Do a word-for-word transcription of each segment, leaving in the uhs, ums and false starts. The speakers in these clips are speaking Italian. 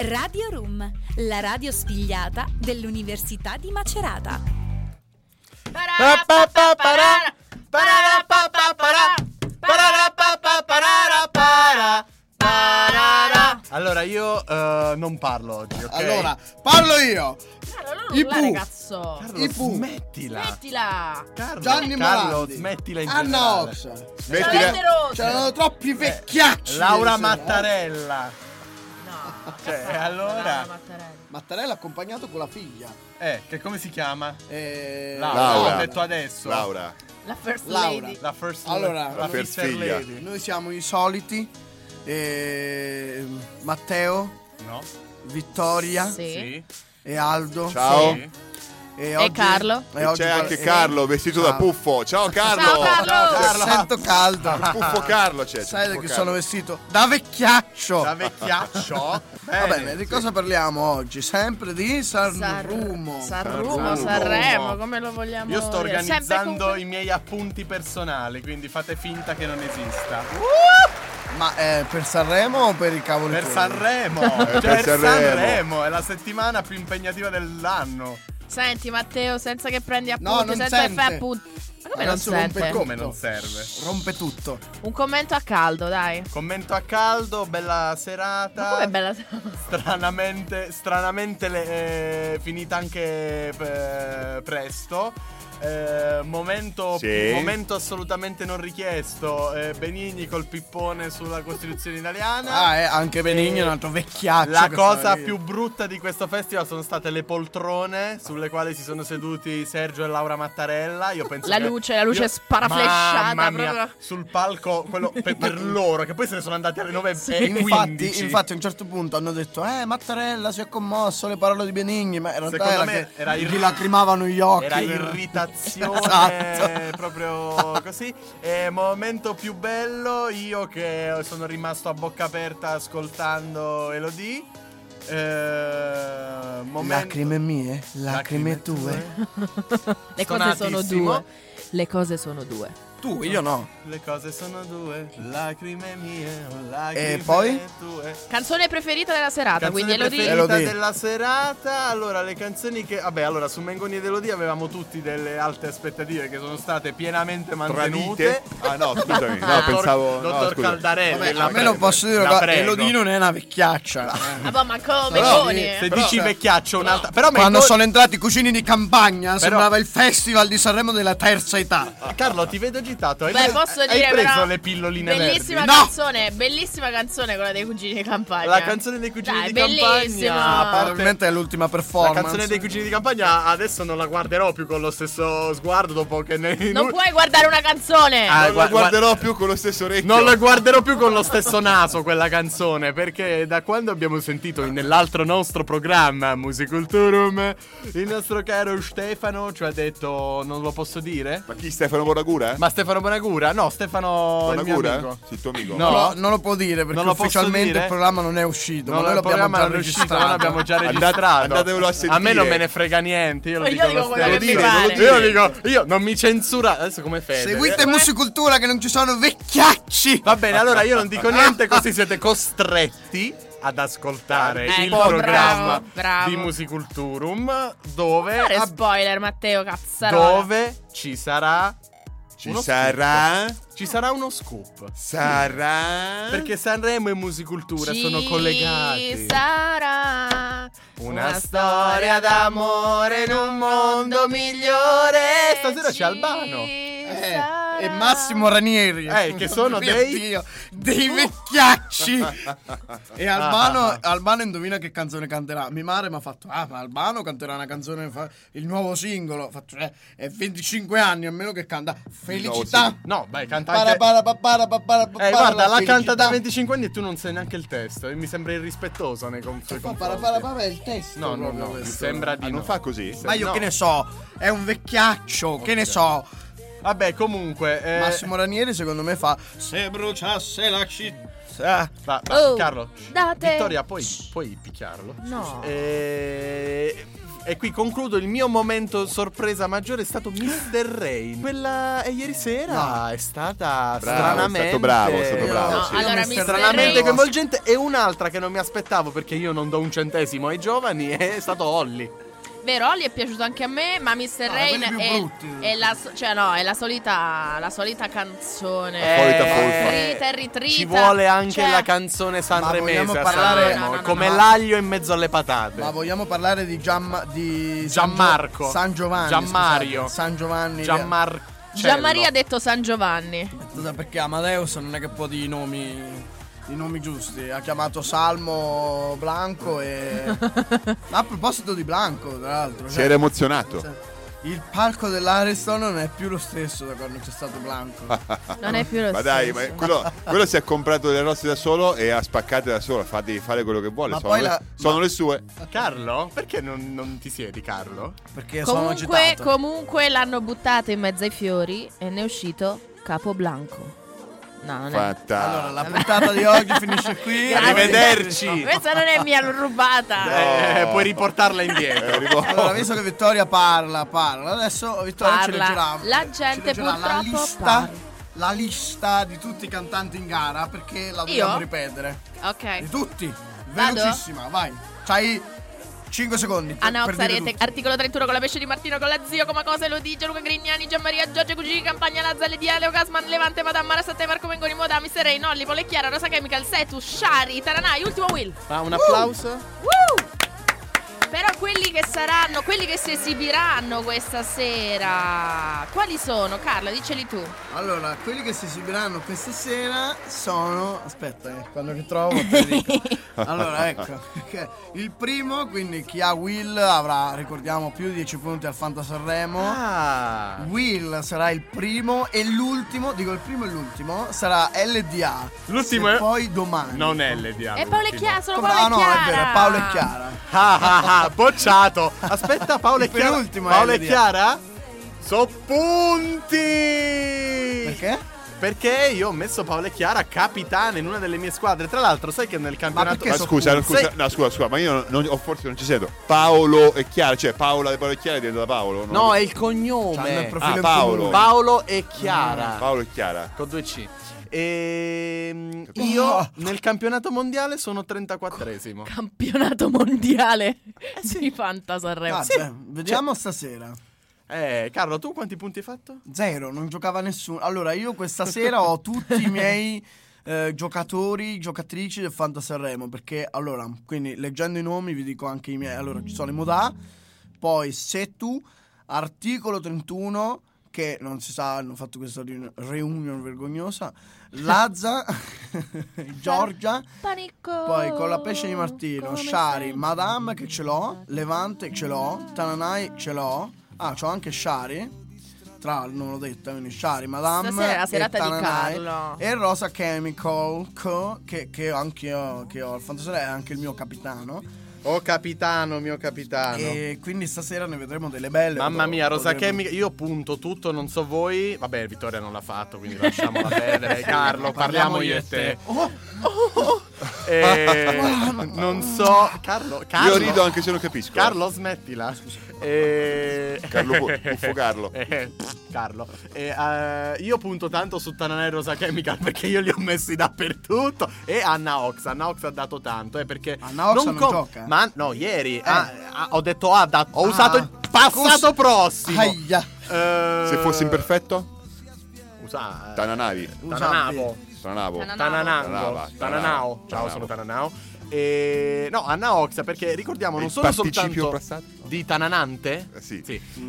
Radio Room, la radio spigliata dell'Università di Macerata. Allora io uh, non parlo oggi, ok? Allora, parlo io. Carlo, non urlare, cazzo. Carlo, Ipu. smettila. Smettila. Carlo, Gianni Carlo, Morandi. smettila in Anna generale. Ox. Smettila. C'erano troppi vecchiacci. Laura ieri sera. Mattarella. No. Cioè, e allora? Mattarella. Mattarella accompagnato con la figlia. Eh, che come si chiama? Eh, Laura. Laura. L'ho detto adesso. Laura. La first Laura. lady. La first Allora, la la first first figlia. lady. Noi siamo i soliti. eh, Matteo, No? Vittoria Sì. Sì. e Aldo. Ciao. Sì. E, oggi- Carlo. e E oggi c'è par- anche e- Carlo vestito Ciao. da puffo. Ciao Carlo. Ciao, Carlo. Ciao, Carlo. Sento caldo. Puffo Carlo c'è. c'è Sai Puffo che Carlo. sono vestito da vecchiaccio. Da vecchiaccio. Va bene, di cosa parliamo oggi? Sempre di Sar- Sanremo. Sanremo, Sanremo. Sanremo, come lo vogliamo Io sto dire? Sempre organizzando comunque- i miei appunti personali, quindi fate finta che non esista. Ma eh, per Sanremo o per i cavoli Per tuoi? Sanremo, Eh, cioè per Sanremo. Sanremo è la settimana più impegnativa dell'anno. Senti Matteo, senza che prendi appunti, No, non senza che sente. fai appunti. Ma come non Adesso rompe sente? tutto. Come non serve? Rompe tutto. Un commento a caldo, dai. Commento a caldo, bella serata. Ma com'è bella? Stranamente, stranamente le- eh, finita anche eh, presto. Eh, momento, Sì. momento assolutamente non richiesto. eh, Benigni col pippone sulla Costituzione italiana. Ah, eh, anche Benigni è un altro vecchiaccio. La che cosa stava lì. più brutta di questo festival sono state le poltrone sulle quali si sono seduti Sergio e Laura Mattarella. Io penso La che- luce, la luce io- sparaflesciata, Mamma mia, proprio. sul palco quello per, per loro, che poi se ne sono andati alle nove e Infatti, quindici. infatti a un certo punto hanno detto Eh Mattarella si è commosso le parole di Benigni. Ma in realtà Secondo era me che era irri- gli lacrimavano gli occhi. Era irritazione Esatto. proprio così. E momento più bello, io che sono rimasto a bocca aperta ascoltando Elodie. Eh, momento- Lacrime mie, lacrime tue. Le cose sono Stonatissimo. due. Le cose sono due. Tu, io no. Le cose sono due, lacrime mie o lacrime E poi? tue. Canzone preferita della serata, Canzone quindi Elodie. preferita Elodie. della serata. Allora, le canzoni che vabbè, allora su Mengoni ed Elodie avevamo tutti delle alte aspettative che sono state pienamente mantenute. Tradite? Ah no, scusami. No, Dottor- pensavo. No, Dottor scusa. Caldarelli, Vabbè, la almeno prego, posso dire la che prego. Elodie non è una vecchiaccia. Ah, boh, ma come Però- Mengoni? Se Però- dici vecchiaccio un'altra. Però Quando Mengoni- sono entrati i cugini di campagna sembrava il festival di Sanremo della terza età. Carlo, ti vedo agitato. Hai, Beh, pre- posso hai dire preso però, le pilloline bellissima verdi? No! canzone, bellissima canzone quella dei cugini di campagna. La canzone dei cugini Dai, di bellissima. campagna. A parte- Probabilmente è l'ultima La performance. canzone dei cugini di campagna adesso non la guarderò più con lo stesso sguardo dopo che ne Non puoi guardare una canzone. Ah, Non gua- la guarderò più con lo stesso orecchio. Non la guarderò più con lo stesso naso quella canzone, perché da quando abbiamo sentito nell'altro nostro programma Musiculturum il nostro caro Stefano ci ha detto non lo posso dire? Ma chi, Stefano Bonagura? Ma Stefano Bonagura? No, Stefano il mio Bonagura? amico. Sì, tuo amico. No. No, non lo può dire perché Non lo posso ufficialmente dire? il programma non è uscito. No, ma noi il l'abbiamo programma già non è uscito, registrato. noi l'abbiamo già Andate- registrato. andatevelo a sentire. A me non me ne frega niente, io lo Io dico dico lo quello stesso. che mi dire, pare. lo dire. Io dico, io non mi censura. Adesso come fede. Seguite Musicultura che non ci sono vecchiacci. Va bene, allora io non dico niente, così siete costretti ad ascoltare Ecco, il bravo, programma bravo. di Musiculturum dove, Fare ab- spoiler, Matteo, cazzarola. dove ci sarà Ci uno sarà. scoop. Ci sarà uno scoop. Sarà. Perché Sanremo e Musicultura Ci sono collegati. sarà Una storia d'amore in un mondo migliore. Stasera c'è Albano. Eh, e Massimo Ranieri. Eh, che sono Mio dei- Dio, dei vecchiacci. E Albano, Albano indovina che canzone canterà. Mia madre mi ha fatto: ah, ma Albano canterà una canzone, fa- il nuovo singolo. Ho fatto, eh, è venticinque anni, a meno che canta Felicità. No, beh, canta Para, anche... para, pa, para, pa, para, pa, Eh, para, guarda, la felicità. canta da venticinque anni e tu non sai neanche il testo. E mi sembra irrispettoso nei conf- Pa, confronti. para, para, para, è il testo. No, no, proprio no, mi questo. sembra di Ah, no. non fa così? Ma io No. che ne so, è un vecchiaccio, che ne so. Vabbè, comunque... eh, Massimo Ranieri secondo me fa se bruciasse la città. Va, va, Oh, Carlo, date- Vittoria, puoi, puoi picchiarlo? No. Eh, E qui concludo, il mio momento sorpresa maggiore è stato mister Rain. Quella e ieri sera è stata Bravo, stranamente è stato bravo, è stato Io- bravo, No, sì. allora mister mister stranamente Rain- coinvolgente. E un'altra che non mi aspettavo, perché io non do un centesimo ai giovani, è stato Olli. Vero, Olli è piaciuto anche a me, ma mister Ah, Rain quelli più è, brutti. è la so- cioè no, è la solita la solita canzone. La solita folfa. Trita e ritrita. Ci vuole anche Cioè, la canzone sanremese vogliamo a parlare- Sanremo, No, no, no, come no. l'aglio in mezzo alle patate. Ma vogliamo parlare di, Gian, di San Gio- Gianmarco. San Giovanni. Gianmario. scusate, San Giovanni. Gianmarcello. Gianmaria ha detto San Giovanni. Scusa, perché Amadeus non è che può di nomi i nomi giusti. Ha chiamato Salmo Blanco e a proposito di Blanco, tra l'altro, Si cioè, era emozionato. cioè, il palco dell'Ariston non è più lo stesso da quando c'è stato Blanco. Non è più lo Ma dai, stesso. ma quello, quello si è comprato delle rossi da solo e ha spaccate da solo. Fate fare quello che vuole. Ma Sono, poi le, la- sono ma- le sue. Carlo? Perché non, non ti siedi, Carlo? Perché sono Comunque, agitato. comunque l'hanno buttato in mezzo ai fiori e ne è uscito Capo Blanco. No, non è. Fatta. Allora, la puntata di oggi finisce qui. Grazie. Arrivederci. Questa non è mia, l'ho rubata. Eh, No. puoi riportarla indietro. Eh, arrivo- Allora, visto che Vittoria parla, parla. Adesso Vittoria ci Parla. leggerà. La ci gente leggerà la purtroppo lista, parla. la lista di tutti i cantanti in gara, perché la dobbiamo Io? ripetere. Ok. Di tutti. Vado? Velocissima, vai. C'hai cinque secondi. per- Anna per dire Oxariete, tutto. articolo trentuno con la pesce di Martino, con la zio, come cosa Elodie, Luca Grignani, Gianmaria, Giorgio Cugini, Campagna Lazza, Ledia, Leo Gasman, Levante, Madame, Marasatte, Marco Mengoni, Moda, mister Ray, Nolli, Pole Chiara, Rosa Chemical, Setus, Shari, Taranai, ultimo Will. Ah, un applauso. Woo! Però quelli che saranno, quelli che si esibiranno questa sera, quali sono? Carla, diceli tu. Allora, quelli che si esibiranno questa sera sono. Aspetta, eh, quando che trovo te lo dico. Allora, ecco. ok. Il primo, quindi chi ha Will avrà, ricordiamo, più di dieci punti al Fanta Sanremo. Ah. Will sarà il primo e l'ultimo, dico il primo e l'ultimo, sarà L D A. L'ultimo Se è- poi domani. Non è L D A. E Paolo e Chiara, sono Come- Paolo ah e no, Chiara. è vero, è Paolo e Chiara. Ah ah ah, bocciato. Aspetta, Paolo e Il Chiara. penultimo è Paolo e L D A. Chiara? So punti. Perché? Perché io ho messo Paolo e Chiara capitana in una delle mie squadre. Tra l'altro, sai che nel campionato. perché Ma so scusa, punti? scusa, Sei- no, scusa, scusa, ma io non, non- o forse non ci siedo. Paolo e Chiara, cioè Paola e Paolo e Chiara è diventata Paolo? no? No, è il C'hanno il cognome. profilo Ah, in Paolo. comune. Paolo e Chiara. Paolo e Chiara. Con due C. E io Oh. nel campionato mondiale sono trentaquattresimo. Campionato mondiale di Fanta Sanremo. Vabbè, vediamo stasera. Eh, Carlo, tu quanti punti hai fatto? Zero, non giocava nessuno. Allora, io questa sera ho tutti i miei eh, giocatori, giocatrici del Fanta Sanremo. Perché, allora, quindi leggendo i nomi vi dico anche i miei. Allora, ci sono i Modà, poi Setu, Articolo trentuno, che non si sa, hanno fatto questa riun- reunion vergognosa. Lazza, Giorgia, Panico. poi con la pesce di Martino, come Shari, sempre. Madame che ce l'ho, Levante ce l'ho, Tananai ce l'ho. Ah, c'ho anche Shari. Tra l'altro non l'ho detta, quindi Shari, Madame Stasera è la e serata di Tananai. Carlo. E Rosa Chemical co- che, che anche io che ho al Fantasy è anche il mio capitano. Oh capitano, mio capitano. E quindi stasera ne vedremo delle belle. Mamma mia, Rosa Potremo- Chemical, io punto tutto, non so voi. Vabbè, Vittoria non l'ha fatto, quindi lasciamola perdere. Carlo, parliamo io e te. Oh, Eh, non so, Carlo, Carlo. Io rido anche se non capisco. Carlo, smettila. Eh, Carlo Pu- Puffo Carlo. Eh, Carlo. Eh, eh, io punto tanto su Tananai e Rosa Chemical perché io li ho messi dappertutto. E Anna Ox. Anna Ox ha dato tanto, eh, perché Anna Ox non gioca? Ma no, ieri ah, ah, ho detto ah, da- ho usato il Ah, passato scusa. prossimo. Aia. Eh, Se fossi imperfetto? usa Tananavi. Tananavo. Tananavo. Tananavo. Tananango. Tananava, Tananao. Tananao. Ciao, Tananavo. sono Tananao. E no, Anna Ox, perché ricordiamo non Il solo participio soltanto passato? di Tananante. Eh, sì.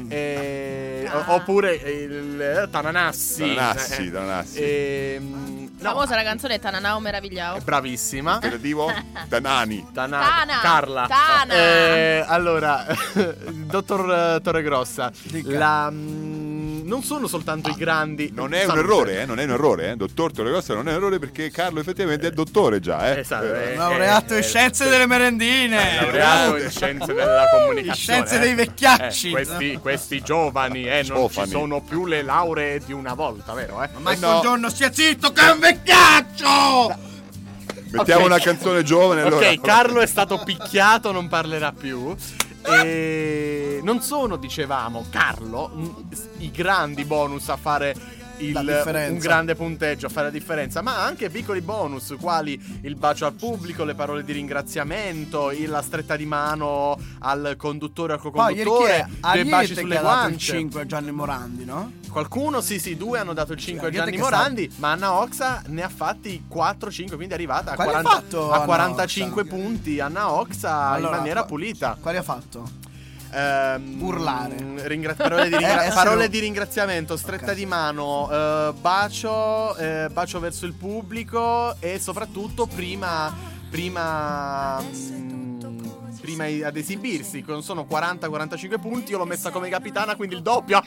E- Ah. o- oppure il Tananassi. Tananassi, Eh, Tananassi. ehm, no, Famosa la canzone Tananao Meravigliao. è bravissima. Operativo? Tanani. Tana- Tana. Carla. Tana. Eh, allora, dottor eh, Torregrossa, Dica. la, mm, non sono soltanto i grandi. Non è un Salute. errore, eh? Non è un errore, eh? Dottor Torregrossa non è un errore perché Carlo effettivamente è dottore già, eh? Esatto, Eh, eh. Laureato in scienze delle merendine. Laureato in scienze della comunicazione. In scienze eh. dei vecchiacci. Eh, questi, questi giovani, eh, non Giovani. ci sono più le lauree di una volta, vero? Eh? Ma Eh, no. buongiorno, stia zitto che è un vecchiaccio. Mettiamo Ok. una canzone giovane allora. Ok, Carlo è stato picchiato, non parlerà più. E non sono, dicevamo, Carlo, mh, i grandi bonus a fare il, un grande punteggio, a fare la differenza, ma anche piccoli bonus quali il bacio al pubblico, le parole di ringraziamento, il- la stretta di mano al conduttore o al Poi ieri chi co-conduttore, è? due Ariete baci che sulle ha dato il guance. cinque a Gianni Morandi, no? Qualcuno, sì, sì, due hanno dato il cinque a Ariete Gianni che sta- Morandi, ma Anna Oxa ne ha fatti quattro cinque, quindi è arrivata a, Quali ha quaranta fatto a Anna quarantacinque Oxa? punti. Anna Oxa Allora, in maniera qua- pulita. Quali ha fatto? Ehm, Urlare. ringra- parole, di ringra- Eh, essere- parole di ringraziamento, stretta Ok. di mano, eh, bacio, eh, bacio verso il pubblico e soprattutto prima, prima, mm, prima i- ad esibirsi. Con- Sono quaranta quarantacinque punti, io l'ho messa come capitana, quindi il doppio.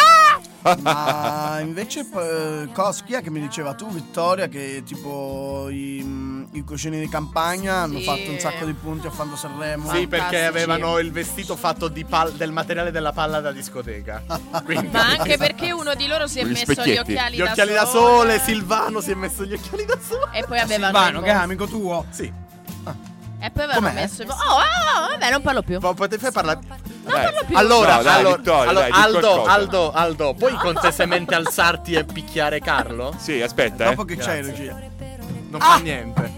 Ma invece eh, cos- chi è che mi diceva tu, Vittoria, che tipo i, mm, i cugini di campagna hanno Sì. fatto un sacco di punti a Fando Sanremo? Sì, perché Fantastici. avevano il vestito fatto di pal- del materiale della palla da discoteca. Quindi- Ma anche perché uno di loro si è Con gli messo gli specchietti. occhiali, Gli occhiali da sole, Silvano si è messo gli occhiali da sole. E poi avevano Silvano, il che è mo- amico tuo? Sì. E poi avevano Com'è? messo il mo- Oh, oh, oh, vabbè, non parlo più. Po- Potete fare parlare. Dai. Allora, No, dai, allora, Vittoria, allora, dai, di Aldo, qualcosa. Aldo, Aldo, puoi contestualmente alzarti e picchiare Carlo? Sì, aspetta, Dopo eh. che c'hai, Grazie. regia? Non fa niente.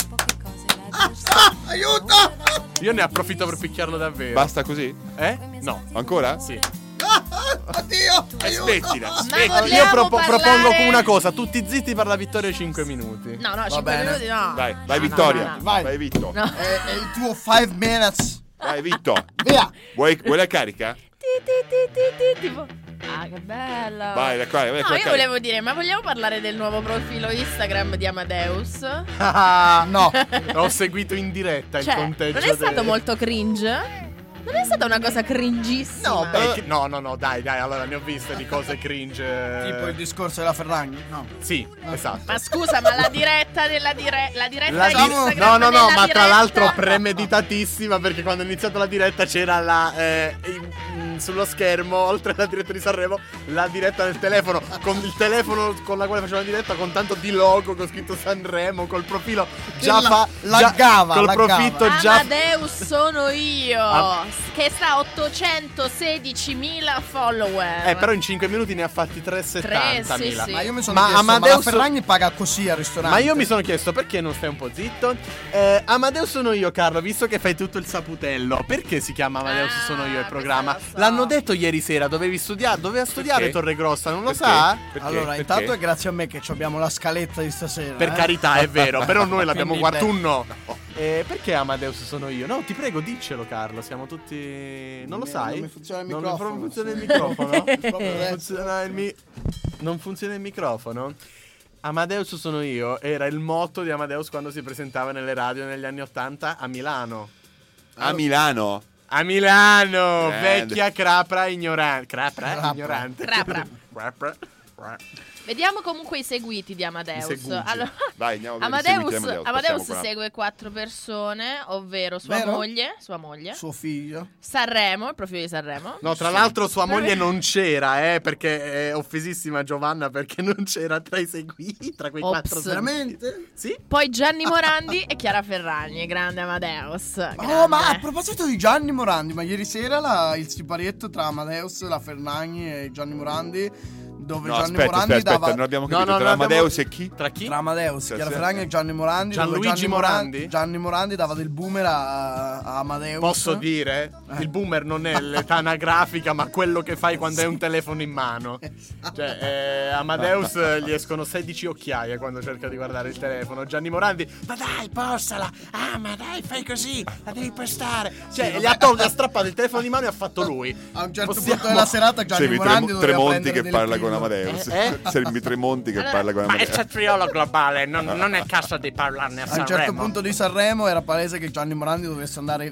Ah, aiuto! Io ne approfitto per picchiarlo davvero. Basta così? Eh? No. Ancora? Sì. Ah, ah, oddio! Aiuto! Smettila, Ma smettila. vogliamo Io propo- parlare- propongo una cosa, tutti zitti per la vittoria cinque minuti. No, no, cinque bene. minuti no. Vai, vai No, Vittoria. no, no, no. Vai. Vai Vitto. No. È, è il tuo five minutes. Vai Vitto. Via! Vuoi, vuoi la carica? Ti, ti, ti, ti, ti, tipo. Ah, che bello. Vai, la carica, vai No, con la io carica. volevo dire, ma vogliamo parlare del nuovo profilo Instagram di Amadeus? Ah, No. Ho seguito in diretta il Cioè, conteggio. non è stato de- molto cringe? Non è stata una cosa cringissima? No, beh, che- no, no, no, dai, dai, allora ne ho viste di cose cringe. Tipo il discorso della Ferragni? No. Sì, esatto. Ma scusa, ma la diretta della dire- la diretta La di- Instagram no, no, no, della ma tra diretta- l'altro premeditatissima, perché quando ho iniziato la diretta c'era la eh, in- in- sullo schermo, oltre alla diretta di Sanremo, la diretta del telefono, con il telefono con la quale facevo la diretta, con tanto di logo con scritto Sanremo, col profilo già la- fa laggava, già, col laggava. profitto già Amadeus sono io, Ah. che sta a ottocentosedicimila follower. Eh, però in cinque minuti ne ha fatti trecentosettantamila. Sì, sì. Ma io mi sono Ma chiesto, Amadeus- ma la Ferragni paga così al ristorante? Ma io mi sono chiesto perché non stai un po' zitto. eh, Amadeus sono io, Carlo, visto che fai tutto il saputello. Perché si chiama Amadeus Ah, sono io il questa programma? la so. L'hanno detto ieri sera, dovevi studiare, doveva studiare Perché? Torregrossa, non lo Perché? sa? Perché? Allora, Perché? intanto è grazie a me che abbiamo la scaletta di stasera. Per eh. carità, è vero, però noi l'abbiamo Quindi, guardato beh. un no. Eh, perché Amadeus sono io? No, ti prego, diccelo, Carlo. Siamo tutti. Non lo Mi- sai? non mi funziona il Non- microfono. Non funziona il microfono? Proprio non, adesso. funziona il mi- non funziona il microfono? Amadeus sono io era il motto di Amadeus quando si presentava nelle radio negli anni Ottanta a Milano. A Milano. A Milano, Grande. vecchia crapra ignorante. Crapra, Crapra. ignorante. Crapra. Crapra. Crapra. Vediamo comunque i seguiti di Amadeus. I segugi. Allora, Vai, andiamo a vedere i Amadeus, seguiti di Amadeus. Amadeus Passiamo qua. segue quattro persone, ovvero sua Vero? moglie, sua moglie, Suo figlio. Sanremo, il profilo di Sanremo. No, tra l'altro sua moglie non c'era, eh, perché è offesissima Giovanna perché non c'era tra i seguiti, tra quei Ops. quattro seguiti. Veramente? Sì? Poi Gianni Morandi e Chiara Ferragni, grande Amadeus. Oh, grande. ma a proposito di Gianni Morandi, ma ieri sera la- il siparietto tra Amadeus, la Ferragni e Gianni Morandi, dove No, Gianni aspetta, Morandi aspetta, aspetta, dava non abbiamo No, capito. no, Tra no, abbiamo- Amadeus e chi? Tra chi? tra Amadeus, Sì, Chiara sì. Ferragni e Gianni Morandi, dove Gianluigi Gianni Morandi? Gianni Morandi dava del boomer a, a Amadeus. Posso dire? Eh. Il boomer non è l'età anagrafica, ma quello che fai quando hai un telefono in mano. Esatto. Cioè, eh, Amadeus eh, gli escono sedici occhiaie quando cerca di guardare il telefono. Gianni Morandi, ma dai, postala! Ah, ma dai, fai così, la devi postare. Cioè, Sì, gli ha, tolto, gli ha strappato il telefono di mano e ha fatto lui. A un certo Possiamo- punto della serata Gianni Sembri Morandi Tremo- doveva Tremonti prendere che delle parla con pillole. Amadeus. Eh, eh? Sembri Tremonti che Allora- parla con Ma è il Amadeus. cetriolo globale, non, non è caso di parlarne a A un Sanremo. certo punto di Sanremo era palese che Gianni Morandi dovesse andare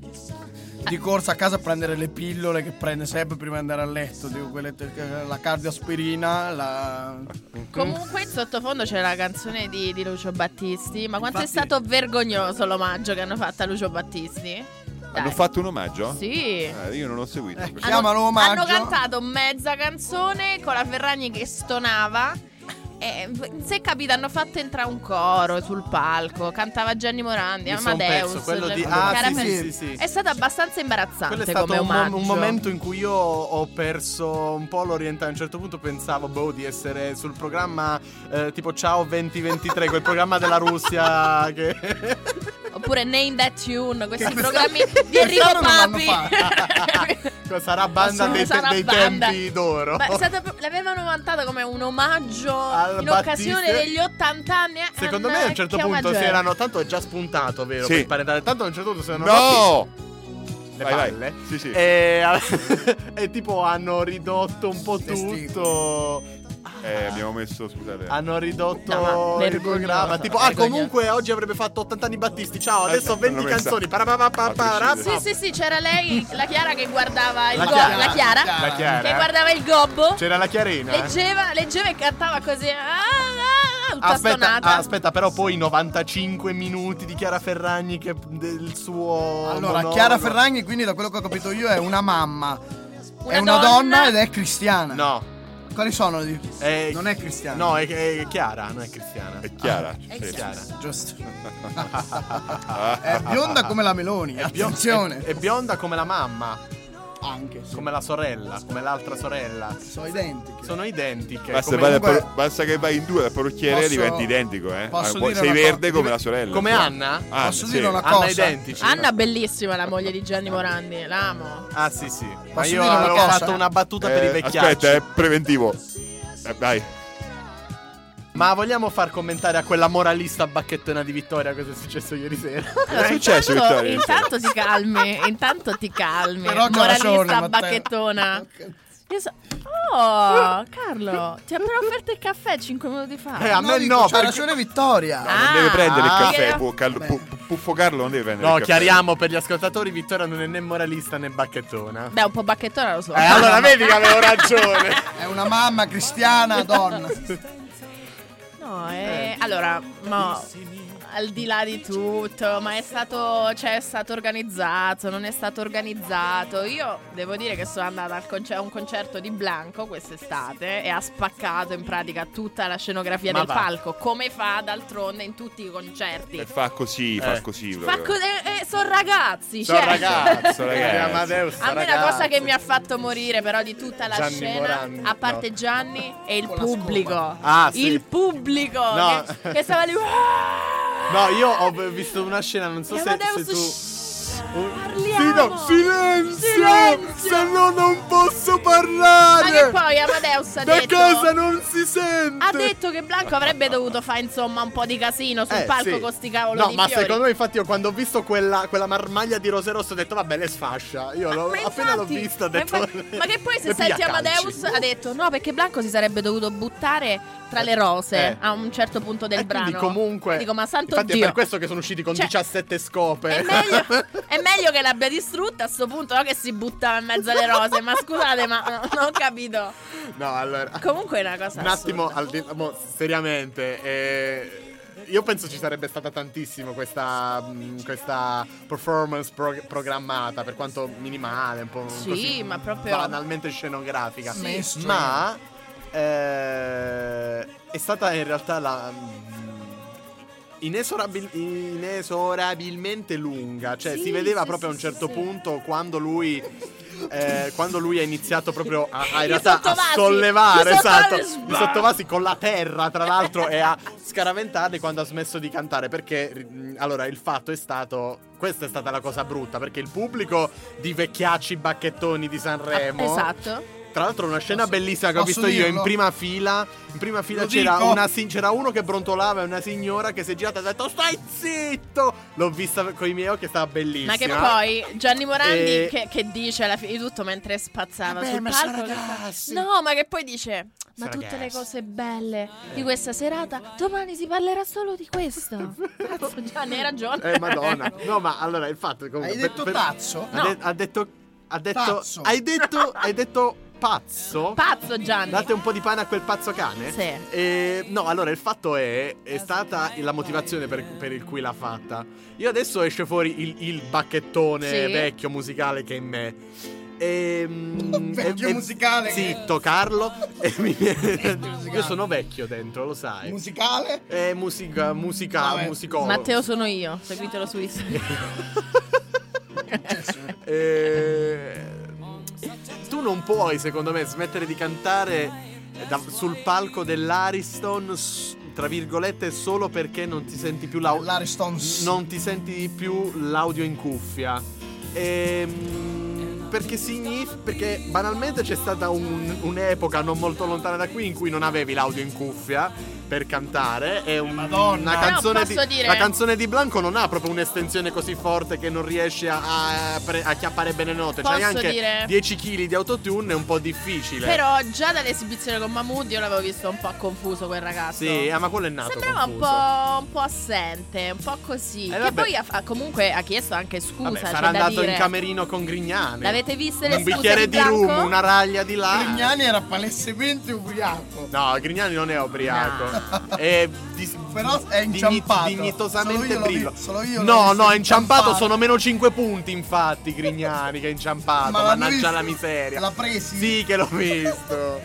di corsa a casa a prendere le pillole che prende sempre prima di andare a letto, tipo quelle te- la cardioaspirina, la... Comunque in sottofondo c'è la canzone di, di Lucio Battisti. Ma quanto Infatti- è stato vergognoso l'omaggio che hanno fatto a Lucio Battisti? Dai. Hanno fatto un omaggio? Sì. Eh, io non ho seguito. Chiamalo hanno, omaggio. hanno cantato mezza canzone con la Ferragni che stonava E se capita hanno fatto entrare un coro sul palco, cantava Gianni Morandi, Mi son Amadeus, perso, quello le- di- ah, Chiara sì, Ferragni. sì, sì, sì. È stato abbastanza imbarazzante Quello è stato come un, mo- omaggio. un momento in cui io ho perso un po' l'orientamento. A un certo punto pensavo boh, di essere sul programma eh, tipo Ciao venti ventitré, quel programma della Russia che... Oppure Name That Tune, questi Che programmi quest'anno- di Enrico quest'anno non l'hanno Papi. sarà banda dei, Sarà dei banda. tempi d'oro. Ma è stato- l'avevano vantato come un omaggio Al in occasione Battiste. degli ottanta anni. eh, Secondo eh, me a un certo che punto omaggio si è? erano... Tanto è già spuntato, vero? Sì. Per parentale. Tanto a un certo punto si erano rotti No! le Vai, vai. palle. Sì, sì. E, e tipo hanno ridotto un po' Vestiti. tutto. Eh, abbiamo messo, scusate. Hanno ridotto No, ma il vergognoso, programma. Tipo, ah, vergognoso. comunque oggi avrebbe fatto ottanta anni Battisti. Ciao, adesso ho venti L'hanno messa canzoni. Parapapapapara. a prescindere. Sì, sì, sì, c'era lei, la Chiara che guardava il La go- Chiara. la Chiara, La Chiara. che guardava il gobbo, C'era la Chiarina. eh? leggeva, leggeva e cantava così. Ah, ah, tutta Aspetta, stonata. aspetta, però poi novantacinque minuti di Chiara Ferragni che del suo Allora, monologo. Chiara Ferragni, quindi da quello che ho capito io, è una mamma. Una è una donna, donna ed è cristiana. No. Quali sono? Di... È... Non è cristiana. No, è, è Chiara, non è Cristiana. È chiara. È Sì. chiara. Giusto. È bionda come la Meloni. È, bio- Attenzione. è- è bionda come la mamma, Anche. Sì. come la sorella, come l'altra sorella. Sono identiche. Sono identiche. Basta, come, vai dal comunque- parru- basta che vai in due dal parrucchiere e Posso- diventi identico, eh. posso Ah, poi dire sei una verde cosa? come la sorella. come insomma. Anna? Ah, Posso sì. dire una Anna cosa? identici. Anna bellissima, la moglie di Gianni Morandi, l'amo. Ah sì sì. Ma Posso io dire una avevo cosa? fatto una battuta per Eh, i vecchiacci. aspetta, è preventivo. Eh, vai. Ma vogliamo far commentare a quella moralista bacchettona di Vittoria cosa è successo ieri sera? Allora, è successo, intanto, Vittoria? intanto ti calmi, intanto ti calmi. Però c'ha Moralista ragione, Matteo. bacchettona. Io so- Oh, Carlo, ti ha appena offerto il caffè cinque minuti fa. Eh, a me dico, no, c'ha perché- ragione Vittoria. No, non deve prendere il ah, caffè. che- Pu- Carlo- pu- Puffo Carlo non deve prendere No, il caffè. chiariamo per gli ascoltatori, Vittoria non è né moralista né bacchettona. Beh, un po' bacchettona lo so. Eh, allora vedi che avevo ragione. È una mamma cristiana, donna. No, eh, allora, ma al di là di tutto, ma è stato, cioè, è stato organizzato, non è stato organizzato. Io devo dire che sono andata al concer- a un concerto di Blanco quest'estate e ha spaccato in pratica tutta la scenografia Ma del va. palco, come fa d'altronde in tutti i concerti. E fa così, Eh. fa così. Fa proprio. co- eh, eh, sono ragazzi, Sono cioè. ragazzi, Sono ragazzi. Amadeus, A me ragazzi. la cosa che mi ha fatto morire però di tutta la Gianni scena, Morandi, a parte no. Gianni, è il Con la pubblico. scopa. Ah, sì. Il pubblico No. che, che stava lì. No, io ho visto una scena, non so E se, Amadeus, se tu... shh, Oh, parliamo. sì, no, silenzio! Silenzio! Se no non posso parlare! Ma che poi Amadeus ha da detto casa non si sente! ha detto che Blanco avrebbe dovuto fare insomma un po' di casino sul Eh, palco sì. con sti cavolo No, di ma fiori. secondo me infatti io quando ho visto quella, quella marmaglia di rose rosso ho detto vabbè le sfascia. Io l'ho- Ma appena l'ho infatti, vista ho ma detto infatti- ma che poi se le piglia senti a calci. Amadeus ha detto no, perché Blanco si sarebbe dovuto buttare tra le rose Eh. a un certo punto del E quindi brano. comunque E dico ma santo infatti Dio, è per questo che sono usciti con Cioè, diciassette scope. È meglio, è meglio che l'abbia distrutta a sto punto, no? Che si buttava in mezzo alle rose. Ma scusate, ma no, non ho capito. No, allora Comunque è una cosa un attimo assurda. al di- mo, seriamente eh, io penso ci sarebbe stata tantissimo questa, mh, questa performance pro- programmata, per quanto minimale, un po' Sì, così ma proprio- banalmente scenografica. Sì. Mainstream. Ma eh, è stata in realtà la mh, inesorabil- inesorabilmente lunga. Cioè Sì, si vedeva sì, proprio a un sì, certo sì. punto quando lui eh, quando lui ha iniziato proprio a, a in I realtà a sottovasi, sollevare i esatto, sottovasi. i sottovasi con la terra tra l'altro e a scaraventarli quando ha smesso di cantare, perché mh, allora il fatto è stato, questa è stata la cosa brutta, perché il pubblico di vecchiacci bacchettoni di Sanremo, Esatto. tra l'altro una scena Posso- bellissima che ho posso visto io in dirlo? prima fila. In prima fila Lo c'era, dico? una, si- c'era uno che brontolava e una signora che si è girata e ha detto stai zitto. L'ho vista con i miei occhi e stava bellissima. Ma che poi Gianni Morandi E- che, che dice alla fine di tutto mentre spazzava Vabbè, sul ma palco sono che fa- ragazzi. no, ma che poi dice ma Sono tutte le ragazzi. cose belle di questa serata domani si parlerà solo di questo. Cazzo, Gianni hai ragione. Eh madonna. No, ma allora il fatto è comunque Hai per- detto per- tazzo? Ha, No. de- ha detto ha detto Pazzo. hai detto hai detto pazzo? Pazzo Gianni. Date un po' di pane a quel pazzo cane? Sì. E, no, allora il fatto è, è stata la motivazione per, per il cui l'ha fatta. Io adesso esce fuori il, il bacchettone Sì. vecchio musicale che è in me. E, Vecchio e, musicale. Zitto, Carlo. E mi viene- musicale. io sono vecchio dentro, lo sai. Musicale? È musica, musica, Vabbè. musicologo. Matteo sono io, seguitelo su Instagram. Eh, tu non puoi, secondo me, smettere di cantare da- sul palco dell'Ariston, s- tra virgolette, solo perché non ti senti più l'audio. L'Ariston's. Non ti senti più l'audio in cuffia. Ehm, perché significa. Perché banalmente c'è stata un- un'epoca non molto lontana da qui in cui non avevi l'audio in cuffia per cantare. E un- Madonna. una Però canzone di, posso dire- la canzone di Blanco non ha proprio un'estensione così forte che non riesci a, a, pre- a chiappare bene le note. C'hai Posso anche dire- dieci chili di autotune, è un po' difficile. Però già dall'esibizione con Mahmood io l'avevo visto un po' confuso quel ragazzo. Sì, ah, ma quello è nato Sembrava un confuso. po', un po' assente, un po' così. Eh, che vabbè. poi ha, ha- comunque ha chiesto anche scusa. Vabbè, c'è sarà da andato dire. in camerino con Grignani. L'avete viste le Un scuse bicchiere di di rum, Blanco? una raglia di là. Grignani era palesemente ubriaco. No, Grignani non è ubriaco. È dis- Però è digni- inciampato. dignitosamente Solo io l'ho brilla. vi- solo io l'ho No, visto no, è inciampato, inciampato. sono meno cinque punti, infatti, Grignani che è inciampato. Ma l'hanno Mannaggia visto? la miseria. L'ha presi? Sì, che l'ho visto.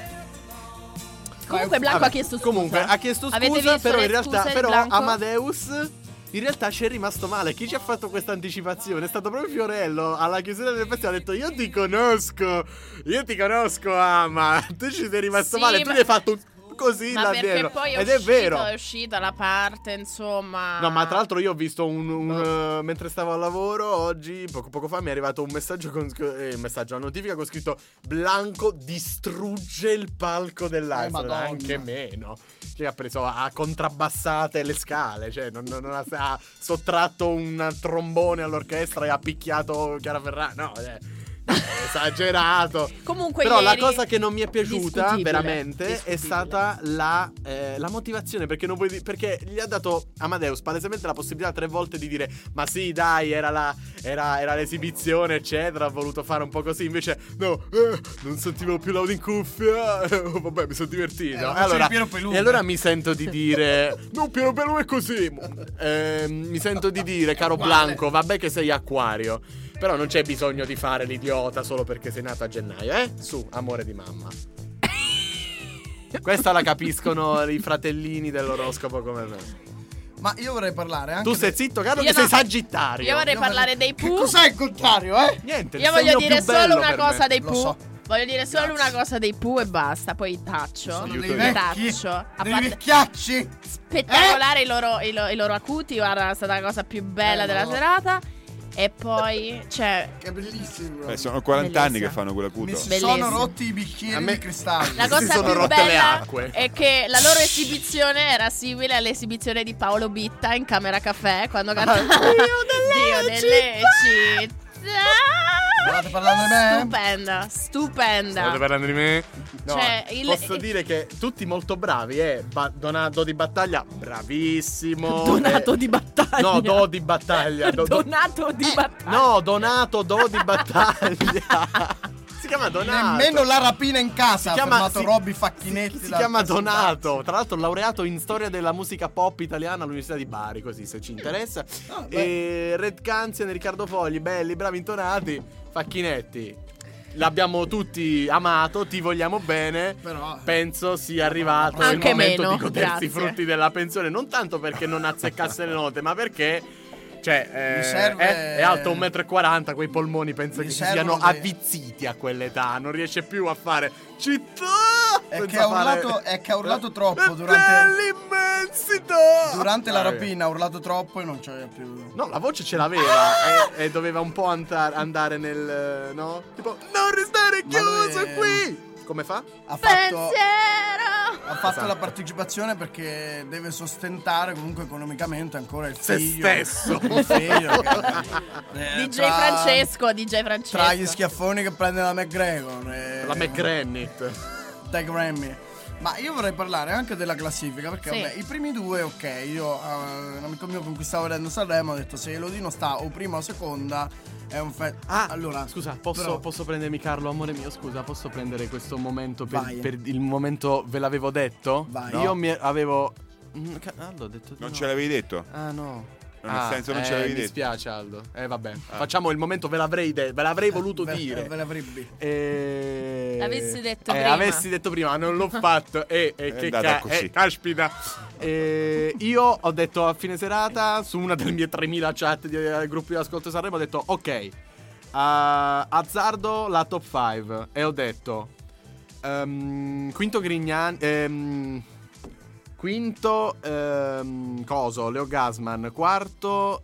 Comunque Blanco Vabbè, ha chiesto scusa. Comunque ha chiesto Avete scusa, visto però le in realtà scuse di però Blanco? Amadeus in realtà ci è rimasto male. Chi ci ha fatto questa anticipazione è stato proprio Fiorello. Alla chiusura del festival ha detto: io ti conosco, io ti conosco, Ama. Tu ci sei rimasto Sì, male, tu ma- ne hai fatto un così Ma là perché dietro. poi è Ed è uscito, vero. è uscita la parte, insomma. No, ma tra l'altro io ho visto un, un, uh, mentre stavo al lavoro oggi, poco poco fa mi è arrivato un messaggio con eh, un messaggio, una notifica con scritto: Blanco distrugge il palco dell'Ariston. Eh, Madonna. Anche meno. Cioè ha preso, ha contrabbassate le scale, cioè non, non ha, ha sottratto un trombone all'orchestra e ha picchiato Chiara Ferragni. No, eh, è esagerato. Comunque Però la ieri- cosa che non mi è piaciuta Discutibile, veramente è discutibile. stata la, eh, la motivazione. Perché non puoi di- perché gli ha dato Amadeus palesemente la possibilità tre volte di dire: ma sì, dai, era, la, era, era l'esibizione, eccetera. Ha voluto fare un po' così. Invece, no, eh, non sentivo più l'audio in cuffia. eh, oh, vabbè, mi sono divertito. Eh, la E voce allora, di Piero Pelù. e allora mi sento di dire: no, Piero Pelù è così. Eh, mi sento di dire, caro Blanco, vabbè che sei acquario. Però non c'è bisogno di fare l'idiota solo perché sei nato a gennaio, eh? Su, amore di mamma. Questa la capiscono i fratellini dell'oroscopo come me. Ma io vorrei parlare anche Tu sei de- zitto, caro, Io che no. sei sagittario. Io vorrei Io parlare vorrei- dei Che Pooh. cos'è il contrario, eh? Niente, il Io voglio segno dire più bello solo una per cosa me. dei Lo Pooh. so. Voglio dire solo Grazie. una cosa dei Pooh e basta. Poi taccio. Sono Aiuto dei io. vecchi, Taccio. A dei parte- vecchiacci. Spettacolare i, loro, i, lo- i loro acuti. Guarda, è stata la cosa più bella Eh, della no. serata. E poi, cioè, Che bellissimo. Beh, sono quaranta anni Bellissima. che fanno quella Mi cuto. si Bellissimo. sono rotti i bicchieri A me- di cristallo. la Si cosa sono più rotte le bella acque. è che la loro esibizione era simile all'esibizione di Paolo Bitta in Camera Caffè quando cantava Dio Dio delle città. State parlando di me? Stupenda, stupenda. State parlando di me? No, Cioè, il- posso dire che tutti molto bravi, eh. Ba- Donato di battaglia, bravissimo. Donato eh. di battaglia. No, do di battaglia. Do- do- Donato di battaglia. No, Donato, do di battaglia. Si chiama Donato. Nemmeno la rapina in casa ha chiama- fermato si- Robby Facchinetti. Si, si da- chiama da- Donato. Tra l'altro, laureato in storia della musica pop italiana all'Università di Bari. Così se ci interessa. Ah, e Red Canzian, Riccardo Fogli, belli, bravi, intonati. Facchinetti. L'abbiamo tutti amato, ti vogliamo bene. Però- Penso sia arrivato Anche il momento meno, di godersi i grazie. frutti della pensione. Non tanto perché non azzeccasse le note, ma perché. Cioè, eh, Mi serve- è, è alto un metro e quaranta, quei polmoni penso Mi che si servono siano dei- avvizziti a quell'età. Non riesce più a fare città. È senza che ha fare- urlato- è che ha urlato troppo È durante- dell'immensità. Durante la Ah, rapina ha urlato troppo e non c'è più. No, la voce ce l'aveva e, e doveva un po' andar- andare nel. No? Tipo, non restare Ma chiuso lui- qui. Come fa? Ha fatto, Pensiero. ha fatto Esatto. la partecipazione perché deve sostentare comunque economicamente ancora il Se figlio. stesso. Il figlio che- eh, D J tra- Francesco, D J Francesco. Tra gli schiaffoni che prende la McGregor e La McGranit. dai Grammy. Ma io vorrei parlare anche della classifica perché Sì. vabbè, i primi due ok, io eh, un amico mio con cui stavo vedendo Sanremo ha detto se Elodino sta o prima o seconda è un fe- Ah, allora scusa, posso, però- posso prendermi Carlo, amore mio, scusa, posso prendere questo momento per, Vai. per il momento ve l'avevo detto? Vai. Io mi avevo mm, ca- ah, l'ho detto di Non no. ce l'avevi detto? Ah no. Nel Ah, senso non eh, ce l'avevi mi detto. spiace Aldo. Eh vabbè. Facciamo il momento ve l'avrei de- ve l'avrei voluto Ve- dire. ve l'avrebbe. E... Avessi detto eh, prima. Avessi detto prima, ma non l'ho fatto. E eh, È che andata ca- così. eh, caspita. E io ho detto a fine serata su una delle mie tremila chat di eh, gruppi di ascolto Sanremo, ho detto ok, uh, azzardo la top cinque e ho detto um, Quinto Grignani um, Quinto um, Coso Leo Gasman, quarto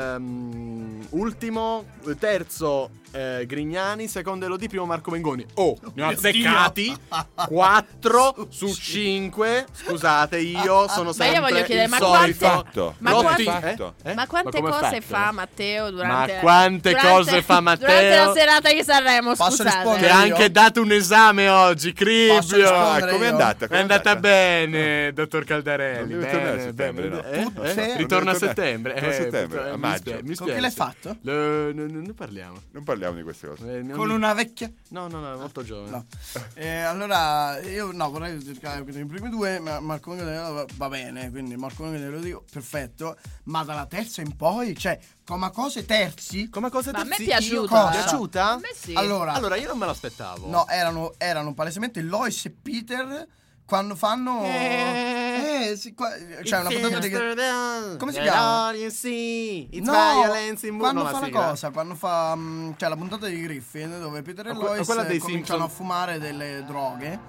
um, ultimo, terzo eh, Grignani, secondo Elodie, primo Marco Mengoni. Oh, ne ho mio azzeccati quattro su cinque. Scusate, io sono Ma sempre io voglio chiedere, il ma solito. Fatto. Ma Lotti- quanti- fatto? Eh? Ma quante come cose fatto? fa Matteo durante Ma quante durante- cose fa Durante Matteo? la serata di Sanremo, Posso scusate. rispondere? Che ha io? anche dato un esame oggi, Posso Cribbio. rispondere Com'è io? andata? È Com'è andata bene, dottor Caldarelli. Non deve tornare a settembre, no? Eh? Tutte? Eh? Non Ritorna a deve tornare- settembre. torna a Eh, settembre, eh, a mi maggio. spie- mi Con chi spiace. l'hai fatto? Lo- non, non ne parliamo. Non parliamo di queste cose. Eh, non- Con una vecchia? No, no, no, è molto giovane. No. Eh, allora, io no, vorrei dedicare i primi due, ma Marco Mengoni va, va bene, quindi Marco Mengoni lo dico, perfetto, ma dalla terza in poi, cioè, come cose terzi, Come cosa Ma a me è terzi- piaciuta. io- Cosa? piaciuta? A me sì. allora, Allora, io non me l'aspettavo. no, erano, erano palesemente Lois e Peter quando fanno... Eh. Eh, sì, qua- cioè una puntata di... Come si The chiama? all you see, it's No, violence in quando no, fa la sigla. cosa, quando fa mm, cioè la puntata di Griffin dove Peter e Ah, que- Lois quella dei cominciano Simpson. a fumare delle droghe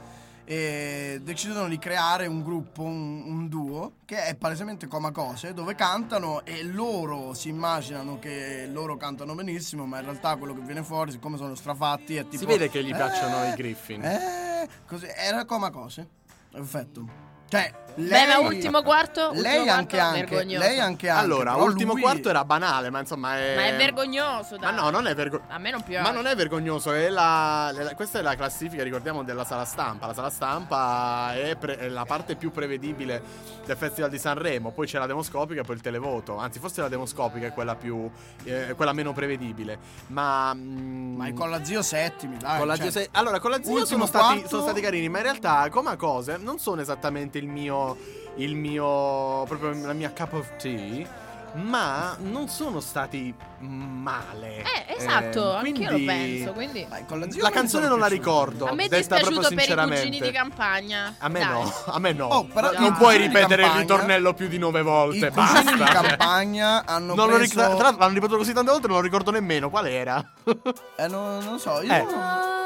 e decidono di creare un gruppo, un, un duo che è palesemente Coma Cose, dove cantano e loro si immaginano che loro cantano benissimo, ma in realtà quello che viene fuori, siccome sono strafatti, è tipo Si vede che gli eh, piacciono i Griffin. Eh, così era Coma Cose. Perfetto. Cioè, Beh, lei ma ultimo quarto, lei ultimo anche quarto, anche vergognoso. lei anche anche Allora, però ultimo lui- quarto era banale, ma insomma è... Ma è vergognoso, Ma dai. no, non è vergognoso. A me non piace. Ma non è vergognoso, è la, la- questa è la classifica, ricordiamo, della sala stampa. La sala stampa è, pre- è la parte più prevedibile del Festival di Sanremo. Poi c'è la demoscopica e poi il televoto. Anzi, forse la demoscopica è quella più eh, quella meno prevedibile. Ma mm, Ma con la zio settimi, dai. con la cioè, zio se- allora, con la zio ultimo sono stati, quarto- sono stati carini, ma in realtà, come cose, non sono esattamente il mio. Il mio. Proprio la mia cup of tea. Ma non sono stati male. Eh, esatto, Eh, anch'io lo quindi- penso, quindi... dai, con la zio La mi canzone sono non la piaciuti. ricordo. A me è detta proprio dispiaciuto per i sinceramente. cugini di campagna. A me Dai. no, a me no. Oh, però Già. non i puoi cugini di ripetere il campagna- ritornello più di nove volte. I cugini di Basta. campagna hanno Non lo preso... ric- tra l'altro l'hanno ripetuto così tante volte, non lo ricordo nemmeno qual era. Eh, non, non so, io... Eh.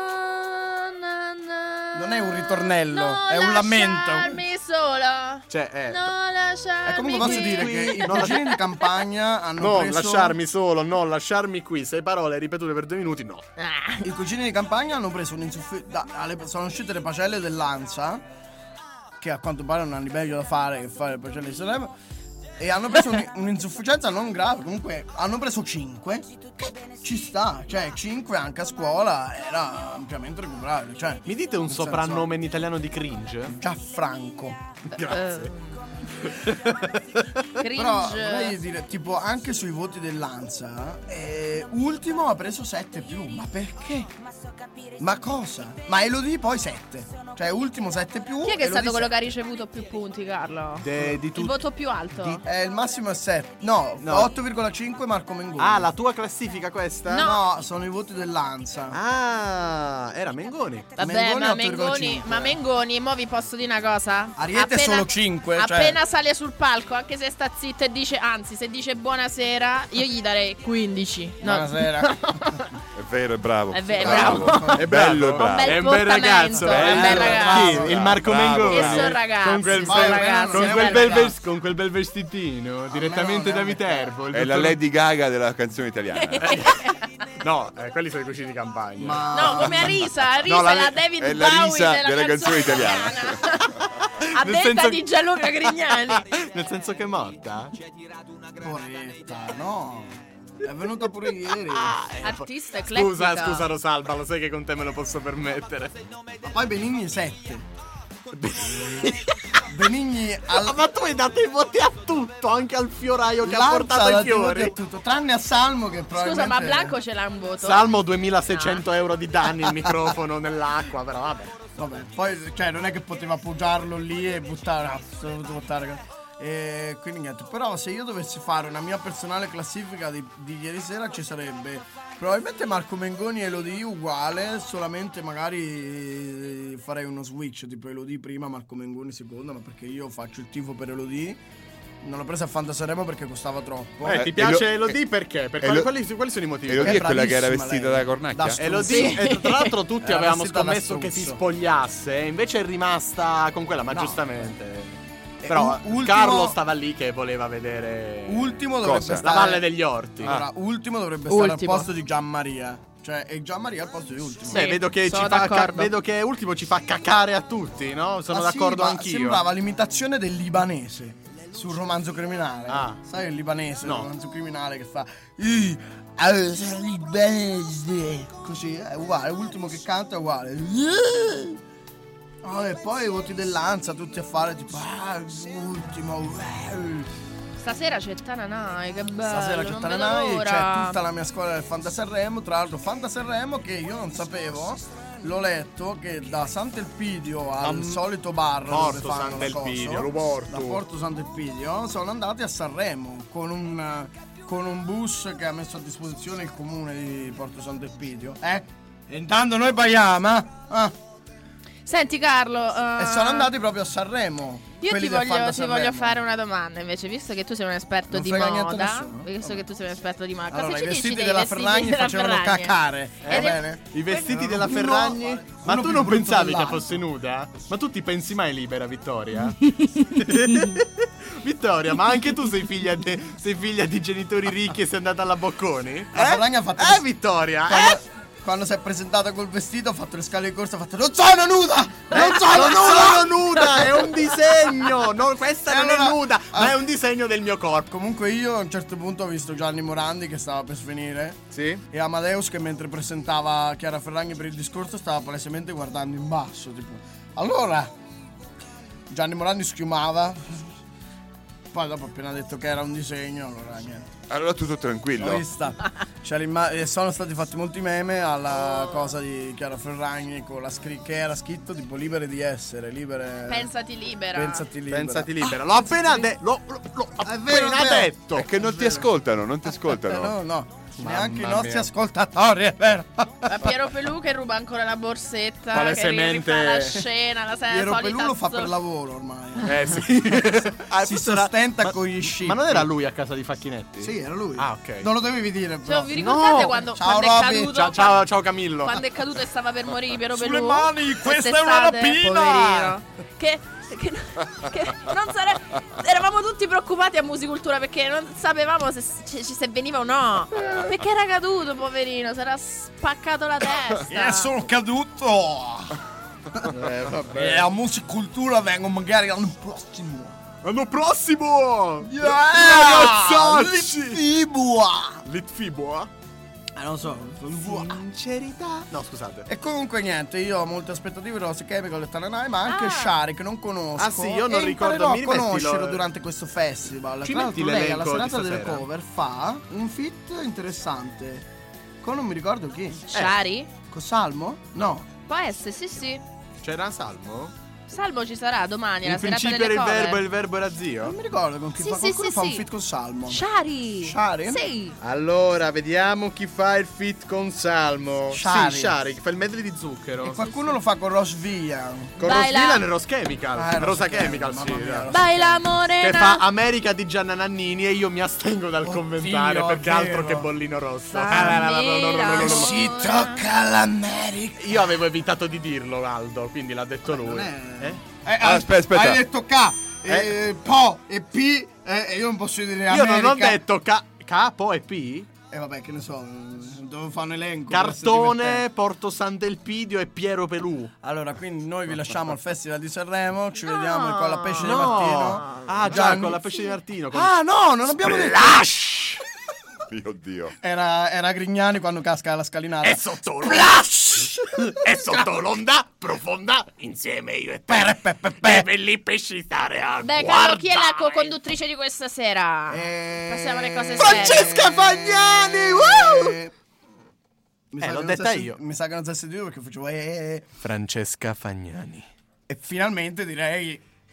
Non è un ritornello, Non è un lamento. lasciarmi solo. Cioè, eh. Non lasciarmi E comunque posso qui. dire che i Non cugini di campagna hanno Non preso... lasciarmi solo, non lasciarmi qui. Sei parole ripetute per due minuti, no. Ah. I cugini di campagna hanno preso un'insufficienza. Sono uscite le pagelle dell'Ansa, che a quanto pare non hanno di meglio da fare che fare le pagelle di Sanremo. E hanno preso un- un'insufficienza non grave. Comunque hanno preso cinque. Ci sta, cioè cinque anche a scuola era ampiamente recuperabile. Cioè, Mi dite un nel senso, soprannome in italiano di cringe? Gianfranco. Grazie. Cringe. Però vorrei dire, tipo, anche sui voti dell'Ansa, eh, ultimo ha preso sette più. Ma perché? Ma cosa? Ma Elodie poi sette. Cioè, ultimo sette più. Chi è che è Elodie stato quello che sette. ha ricevuto più punti, Carlo? De- di Il tutti. voto più alto? Eh, il massimo è sette. No, No. otto virgola cinque Marco Mengoni. Ah, la tua classifica questa? No. No, sono i voti dell'Ansa. Ah, era Mengoni. Vabbè, Mengoni ma otto virgola Mengoni, cinque. ma Mengoni, mo vi posso dire una cosa? Ariete è solo cinque, cioè- Appena sale sul palco, anche se sta zitto e dice, anzi, se dice buonasera, io gli darei quindici. No. Buonasera. È vero, è bravo. È vero, bravo. È bello, è Un bravo. bel È un bel ragazzo. portamento, è un bel Bello, ragazzo. Chi? Il Marco Bravo, Mengoni. bravo. Che sono ragazzi, Con quel, sono bel- ragazzi. con Sei quel un bel, ragazzo. ves- con quel bel vestitino, direttamente non da è un Viterbo. il È la dottor- Lady Gaga della canzone italiana. No, eh, quelli sono i cugini di campagna. Ma No, come Arisa, Arisa No, la- è la David è la Bowie risa della, della canzone italiana. A Nel detta senso- di Gianluca Grignani. Nel senso che è morta? poretta, no. È venuta pure ieri. Artista eclettica. Scusa, scusa Rosalba, lo sai che con te me lo posso permettere. Ma poi Benigni sette. Benigni Ah, al... ma tu hai dato i voti a tutto, anche al fioraio che ha L'Ansa portato ha i dato i voti fiori. a tutto, tranne a Salmo che probabilmente... Scusa, ma Blanco ce l'ha un voto? Salmo duemilaseicento euro di danni il microfono nell'acqua, però vabbè. Vabbè, poi cioè non è che poteva appoggiarlo lì e buttare, no, sono dovuto buttare. E quindi niente. Però se io dovessi fare una mia personale classifica di, di ieri sera, ci sarebbe probabilmente Marco Mengoni e Elodie uguale, solamente magari farei uno switch, tipo Elodie prima, Marco Mengoni seconda, ma perché io faccio il tifo per Elodie. Non l'ho presa a Fanta Sanremo perché costava troppo. Eh, ti Eh, piace Elo- Elodie perché? Per Elo- quali, quali, quali sono i motivi? Elodie È è quella che era bravissima vestita lei. da cornacchia? Da stu- Elodie, Sì. e tra l'altro tutti Era avevamo vestita da scommesso che si struzzo. spogliasse, e invece è rimasta con quella, ma No. giustamente. E Però u- ultimo- Carlo stava lì che voleva vedere Ultimo dovrebbe Cosa? stare la Valle degli Orti. Allora, ultimo dovrebbe stare Ultimo. al posto di Gianmaria. Cioè, è Gianmaria al posto di ultimo. Beh, Sì, vedo che, ci sono fa ca- d'accordo. vedo che ultimo ci fa cacare a tutti, no? Sono Ah, sì, d'accordo ma anch'io. Sembrava l'imitazione del libanese sul romanzo criminale. Ah. Sai il libanese, No. il romanzo criminale che fa "Ih, allora sono libanese". Così, è uguale, l'ultimo che canta è uguale. "Ih". Oh, e poi i voti dell'Anza tutti a fare tipo ah, l'ultimo. wow". Stasera c'è Tananai, che bello. Stasera c'è non Tananai, vedo l'ora. c'è tutta la mia scuola del Fanta Sanremo. Tra l'altro Fanta Sanremo che io non sapevo, l'ho letto che da Sant'Elpidio al Am- solito bar Porto dove fanno la Sant'Elpidio, cosa, lo porto. da Porto Sant'Elpidio sono andati a Sanremo con un, con un bus che ha messo a disposizione il comune di Porto Sant'Elpidio. Eh? E intanto noi paghiamo, eh? Ah. Senti Carlo, uh, E sono andati proprio a Sanremo. io quelli ti del voglio, Fanta ti Sanremo. voglio fare una domanda invece, visto che tu sei un esperto Non di frega niente a moda, nessuno? visto che tu sei un esperto di moda, Allora, cosa i ci vestiti dici dei della vestiti Ferragni della facevano Ferragni? cacare, va Ed è- bene? I vestiti della Uno- Ferragni? uno Ma tu più non brutto pensavi che dell'altro. fosse nuda? Ma tu ti pensi mai libera, Vittoria? Vittoria, ma anche tu sei figlia, de- sei figlia di genitori ricchi e sei andata alla Bocconi? La Eh? Ferragni ha fatto Eh, le- Vittoria? Quando, Eh? quando si è presentata col vestito, ha fatto le scale di corsa, ha fatto non sono nuda! Non Eh, sono non nuda! sono nuda, è un disegno! No, questa E non allora- è nuda, ma ah. è un disegno del mio corpo. Comunque io a un certo punto ho visto Gianni Morandi che stava per svenire Sì? e Amadeus che mentre presentava Chiara Ferragni per il discorso stava palesemente guardando in basso, tipo. Allora, Gianni Morandi schiumava, poi dopo appena detto che era un disegno, allora niente. Allora tutto L'ho tranquillo. vista. C'è l'imma- e sono stati fatti molti meme alla cosa di Chiara Ferragni con la scri- che era scritto tipo libere di essere, libere. Pensati libera. Pensati libera. Pensati libera. L'ho appena, de- l'ho, l'ho- l'ho È vero, appena è vero. detto. È che non ti ascoltano, non ti Eh, ascoltano. no, no. Mamma Neanche i nostri mia. ascoltatori, è vero. Ma Piero Pelù che ruba ancora la borsetta, Palesemente- che rifà la scena, la se- Piero solita Pelù lo fa zo- per lavoro ormai. Eh sì. Ah, Si questo era- sostenta ma- con gli scippi. Ma non era lui a casa di Facchinetti? Sì, era lui. Ah, ok. Non lo dovevi dire, Cioè, però. vi ricordate No. quando, Ciao, quando è Robby. caduto? Ciao, ciao, ciao Camillo. Quando è caduto e stava per morire Piero Pelù. Sulle mani, questa è una Quest'estate, rapina! Poverino. Che, che, che non sare- eravamo tutti preoccupati a Musicultura perché non sapevamo se, se, se veniva o no. Perché era caduto, poverino. Si era spaccato la testa. È solo caduto. Eh, vabbè. E a Musicultura vengo magari l'anno prossimo. L'anno prossimo! Yeah! Ragazzacci! Litfibua! Litfibo? Eh, non so. Sincerità? No, scusate. E comunque niente, io ho molte aspettative per Rose Chemical e Tananai, ma anche Ah. Shari che non conosco. Ah, sì, io non e ricordo, imparerò mi a rimetti conoscerlo lo- durante questo festival. Ci Tra metti l'altro lei alla l'elenco di serata delle stasera? cover fa un feat interessante con non mi ricordo chi. Shari? Con Salmo? No. Può essere, sì, sì. C'era Salmo? Salvo ci sarà domani, In alla serata principio era delle il cover. verbo e il verbo era Non zio? mi ricordo con chi Sì, fa. sì, Qualcuno sì, fa un sì. feat con Salmo. Shari. Shari? Sì. Allora, vediamo chi fa il fit con Salmo. Shari. Sì, Shari, che fa il medley di zucchero. E qualcuno lo fa con Rose Via. Con Vai Rose là. Villain e Rose Chemical. Ah, Rosa Rosa Chemical, Chemical, sì. mamma mia, eh. Rosa Baila Che morena. fa America di Gianna Nannini e io mi astengo dal Oddio, commentare perché è altro vero. che bollino rosso. Samira. Si tocca l'America. Io avevo evitato di dirlo, Aldo, quindi l'ha detto lui. Non è- Eh? Eh, Ah, aspetta, aspetta. Hai detto K, eh, Po e P, eh, e io non posso dire Io America. non ho detto K, Capo e P? E vabbè, che ne so, devo fare un elenco. Cartone, Porto Sant'Elpidio e Piero Pelù. Allora, quindi noi vi lasciamo al Festival di Sanremo. Ci No. vediamo con la pesce di No. Martino. Ah, già, Gianni- con la pesce di Martino. Con... Ah, no, non abbiamo detto. Splash! Mio Dio. Era, era Grignani quando casca la scalinata. E sotto l'onda, e sotto l'onda profonda, insieme io e te. Pe, pe, pe, pe. E belli pesci stare a Beh, Carlo, guardare. chi è la co-conduttrice di questa sera? Eh, Passiamo alle cose serie. Francesca Fagnani! Woo! Eh, mi Eh, sa l'ho che non detta si è- io. Mi sa che non si è sentito perché facevo. eh, eh. Francesca Fagnani. E finalmente direi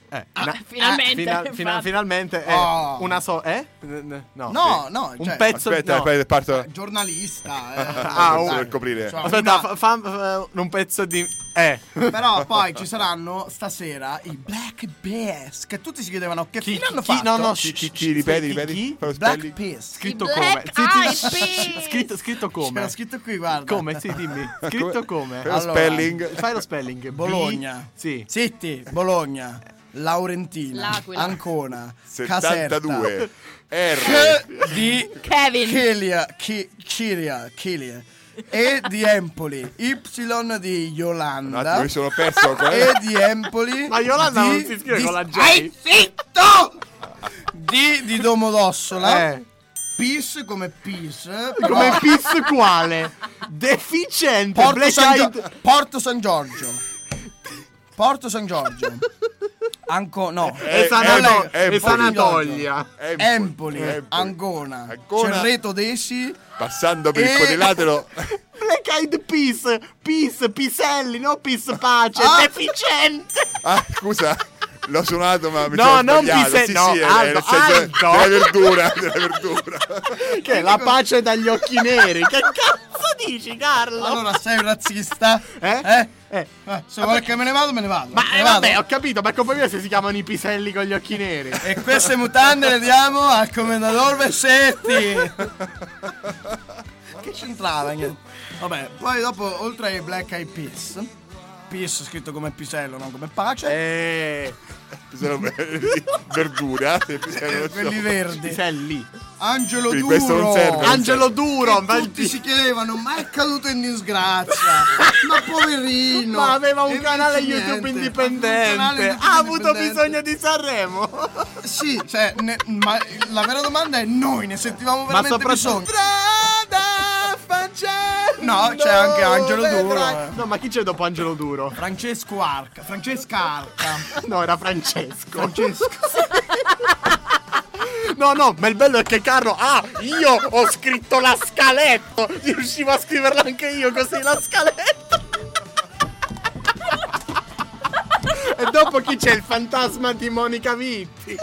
Eh, Ah, na- finalmente, eh, fina- infatti. fina- finalmente è Oh. una so eh? N- No. No, no, Un cioè, pezzo Aspetta, no. aspetta, parto. giornalista. eh, Ah, dai. un- per coprire. Cioè, Aspetta, una- fa, fa- eh, un pezzo di eh. Però poi ci saranno stasera i Black Peas, che tutti si chiedevano che Chi, fine hanno chi- fatto. no, no, Chi, shh, chi, shh, chi, ripeti, chi- ripeti. chi? Fai lo Black spelling. Peas. Scritto I come? Black Zitti, Eyed shh, shh, Peas. scritto, scritto come? C'era scritto qui, guarda. Come? Sì, dimmi. Scritto come? Fai lo Allora, spelling. Fai lo spelling. B- Bologna. Sì. Zitti, Bologna, Laurentina, L'Aquila. Ancona, Caserta, settantadue R K di Kevin. Chilia, Chi- Chiria, Chilia, E di Empoli, Y di Un Yolanda, attimo, mi sono perso. qual è? E di Empoli. Ma Yolanda di- non si scrive di- con la J. Ai, zitto! D di Domodossola. Eh. Peace come peace. Come pis quale? Deficiente. Porto Black San, Eyed- Gio- Porto San Giorgio. Porto San Giorgio. Anco no. E Eh, Sanato- Empoli, e Empoli. Sanatolia. Empoli, Empoli. Ancona, Ancona. Cerreto Desi. Passando per il E- quadrilatero. Black Eyed Peas. Peace, piselli, no peace pace. Ah. Deficiente. Ah, scusa. L'ho suonato, ma mi No, sono non sbagliato. pise- Sì, no, sì, è- Aldo, è nel senso Aldo. della verdura, della verdura. Che è la pace dagli occhi neri. Che cazzo dici, Carlo? Allora sei un razzista? Eh? Eh? Eh. Eh, se vuole che me ne vado, me ne vado. Ma Me eh, ne vado. vabbè, ho capito, ma come mia se si chiamano i piselli con gli occhi neri. E queste mutande le diamo al commendator Vessetti. Che c'entrava? Niente. Vabbè, poi dopo, oltre ai Black Eyed Peas, Peace scritto come pisello, non come pace, Eh, Sono verdura. se non so. quelli verdi. piselli. Angelo Quindi Duro. questo non serve. Angelo Duro, Che ma tutti si chiedevano, ma è caduto in disgrazia? Ma poverino. Ma aveva un E canale invece YouTube niente. indipendente. Un canale YouTube Ha avuto indipendente. bisogno di Sanremo. Sì, cioè, ne- ma la vera domanda è noi ne sentivamo Ma veramente bisogno. soprattutto strada facendo. No, c'è anche Angelo Duro, vedrai- eh. No, ma chi c'è dopo Angelo Duro? Francesco Arca, Francesca Arca. No, era Francesco. Francesco. No, no, ma il bello è che Carlo, ah, io ho scritto la scaletta. Riuscivo a scriverla anche io così, la scaletta. E dopo chi c'è? Il fantasma di Monica Vitti.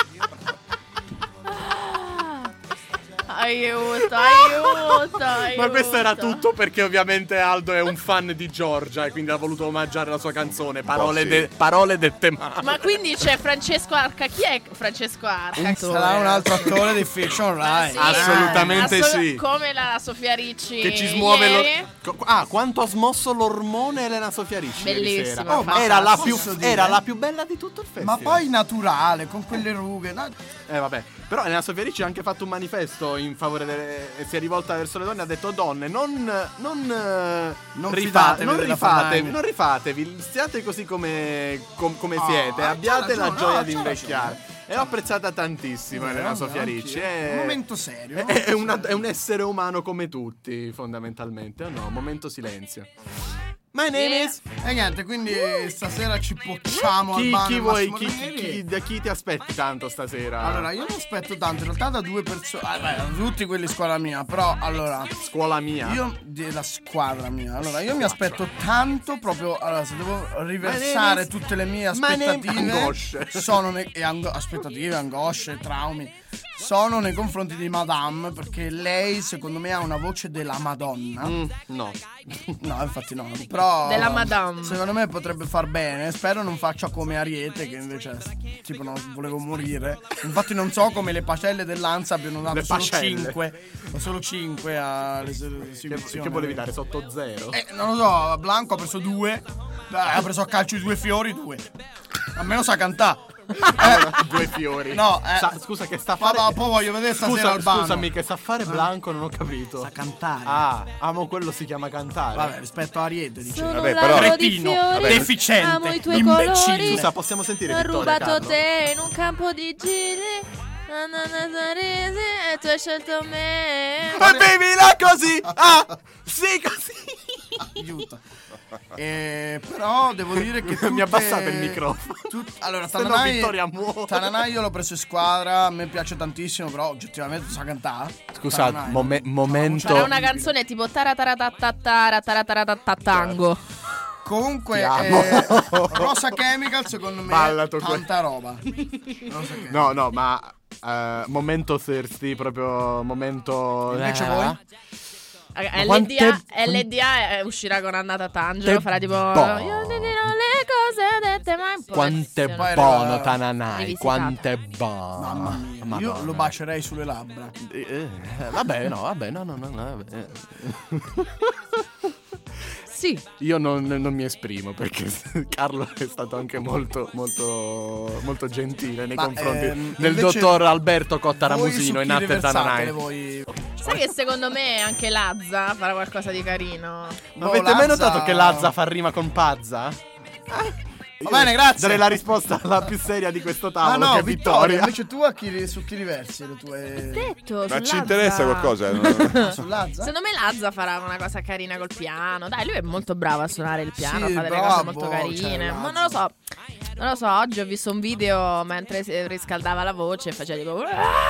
Aiuto, aiuto, aiuto. Ma questo era tutto perché ovviamente Aldo è un fan di Giorgia e quindi ha voluto omaggiare la sua canzone. Parole, sì. de- parole dette male. Ma quindi c'è Francesco Arca. Chi è Francesco Arca? Sarà un altro attore di fiction, right? Sì, Assolutamente asso- sì. Come la Sofia Ricci Che ci smuove ieri. lo... Co- Ah, quanto ha smosso l'ormone Elena Sofia Ricci ieri Bellissimo, sera. Oh, ma era, la più, posso dire? era la più bella di tutto il Ma festival. poi naturale, con quelle rughe. no? Eh vabbè. Però Elena Sofia Ricci ha anche fatto un manifesto in favore delle... e si è rivolta verso le donne, ha detto donne non... Non, eh, Non rifa- fidatevi non della rifatevi, Ferragni. non rifatevi, stiate così come, com- come Ah, siete, c'ha abbiate la ragione, gioia no, di c'ha invecchiare. E l'ho apprezzata tantissimo Elena Sofia Ricci. È... Un momento serio. È, è una- è un essere umano come tutti, fondamentalmente. Oh no, momento silenzio. My name is... E niente, quindi stasera ci bocciamo al Chi, bar chi del vuoi? Massimo Chi, chi- Ranieri. chi- da chi ti aspetti tanto stasera? Allora, io non aspetto tanto, in realtà da due persone. Ah, beh, da tutti quelli squadra mia, però allora. Scuola mia. Io della squadra mia. Allora, io mi aspetto tanto proprio. Allora, se devo riversare tutte le mie My name- aspettative. angosce. Sono nei, e ango- aspettative, angosce, traumi. Sono nei confronti di Madame, perché lei, secondo me, ha una voce della Madonna. Mm, no. No, infatti no. Però. Della Madame. Secondo me potrebbe far bene. Spero non faccia come Ariete, che invece tipo non volevo morire. Infatti non so come le pacelle dell'Ansa abbiano dato Le solo pacelle. cinque. O solo cinque alle Che, esibizioni. che volevi dare sotto zero? Eh, non lo so, Blanco ha preso due. Dai, ha preso a calcio i due fiori, due. Almeno sa cantare. Allora, due fiori. No, eh. Sa- scusa, che sta a Ma fare. va, poi voglio vedere stasera Scusa, Albano. scusami, che sa fare Blanco, non ho capito. Sa cantare. Ah, amo quello si chiama cantare. Vabbè, rispetto a Ariete, dice. Sono Vabbè, un però- lago di Cretino, fiori, vabbè, deficiente, amo i tuoi imbecille. colori. Scusa, possiamo sentire Ho Vittoria, rubato Carlo? te in un campo di giri. Na na na sorrisi e tu hai scelto me. E vivila così! Ah! Sì, così! Aiuto. Eh, però devo dire che tutte... Mi ha abbassato il microfono. tut- Allora, Se no Tananai, Vittoria muore. Tananai io l'ho preso in squadra, a me piace tantissimo, però oggettivamente sa cantare. Scusate, Tananai. mome- momento. C'era una canzone tipo tarataratattatara tarataratattango. Comunque, Ti amo. eh, Rosa Chemical secondo me Ballato è que- tanta roba. Rosa Chemical. No, no, ma eh, momento thirsty, proprio momento. Invece eh, voi? L quante- D A, L D A eh, uscirà con Annata Tangelo. Farà tipo. buono. Io ti dirò le cose dette mai. Quanto è Poi era- buono Tananai, rivisitata. quanto è buono. Mamma mia, io Madonna. lo bacerei sulle labbra. Eh, eh, vabbè, no, vabbè, no, no, no, no vabbè. Sì. Io non, non mi esprimo perché Carlo è stato anche molto, molto, molto gentile nei Ma, confronti ehm, del invece dottor Alberto Voi Cottaramusino su in chi Atte riversatele Tananai. voi? Sai che secondo me anche Lazza farà qualcosa di carino. Ma Boh, avete mai Lazza- notato che Lazza fa rima con Pazza? Va bene, grazie. Darei la risposta alla più seria di questo Ah tavolo, no, che è Vittoria, Vittoria. invece tu a chi, su chi riversi le tue... Detto, Ma su ci Lazza. interessa qualcosa? No? Su Lazza? Secondo me Lazza farà una cosa carina col piano. Dai, lui è molto bravo a suonare il piano, Sì, fa delle bravo, cose molto cioè, carine. Lazza. Ma non lo so. Non lo so, oggi ho visto un video mentre si riscaldava la voce e faceva tipo.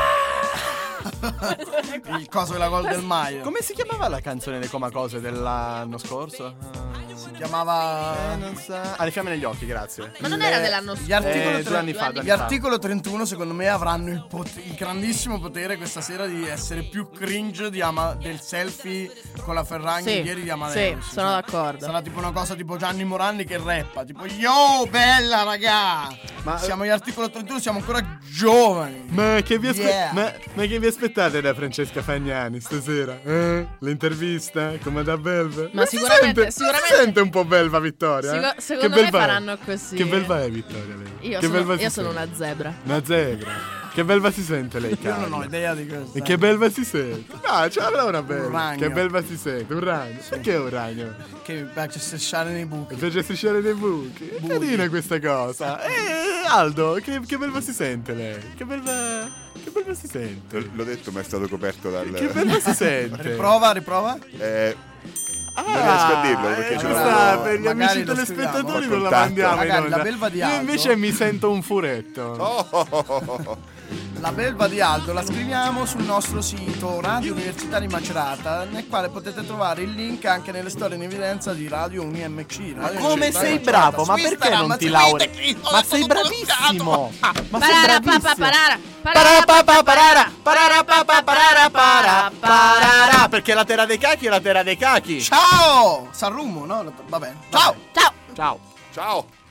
Il coso della gol del Maio. Come si chiamava la canzone dei Comacose dell'anno scorso? si chiamava? Eh, non sa. Ah, le fiamme negli occhi, grazie. Ma non Le- era dell'anno gli scorso. articoli Eh, due anni fa, due Gli anni fa. articolo trentuno secondo me avranno il, pot- il grandissimo potere questa sera di essere più cringe di Ama- del selfie con la Ferragni Sì, ieri di Amadeus. sì, sono d'accordo. Sarà tipo una cosa tipo Gianni Morandi che rappa, tipo yo bella raga. Ma- siamo gli articolo trentuno, siamo ancora giovani. Ma che vi, aspe- Yeah. ma, ma che vi aspettate da Francesca Fagnani stasera? Eh? L'intervista? Come da Belva? Ma sicuramente- si sente, sicuramente- si sente un po' Belva Vittoria. Sico- eh? secondo Che me belva è? faranno così. Che Belva è Vittoria lei? Io che sono, belva si io sono sente? una zebra. Una zebra. Che belva si sente lei, Io Carlo? non ho idea di questo. E che belva si sente? No, ce l'avrà una Un belva. ragno. Che belva si sente? Un ragno. Perché un ragno? Che mi piace strisciare nei buchi. Mi piace strisciare nei buchi. È carina questa cosa. Eh, Aldo, che, che belva si sente lei? Che belva. Che belva si sente? L- L'ho detto, ma è stato coperto dal. Che belva si sente? Riprova, riprova. Eh, Ah, non riesco a dirlo perché eh, ce questa l'ho. per gli magari amici lo telespettatori scriviamo. non la Contatto. mandiamo in Magari onda. la belva di Io Aldo. invece mi sento un furetto. Oh, oh, oh, oh, oh. La belva di Aldo la scriviamo sul nostro sito Radio Università di Macerata, nel quale potete trovare il link anche nelle storie in evidenza di Radio Uni M C. Ma come sei bravo? Ma perché non ti laurei? Ma sei bravissimo! Ma sei Parara, bravissimo! pa, pa, parara, Parara, parara, pa, pa, parara, parara, pa, pa, parara, para, parara. Perché la terra dei cachi è la terra dei cachi. Ciao! Sanremo, no? Va bene. Ciao! Ciao. Ciao. Ciao.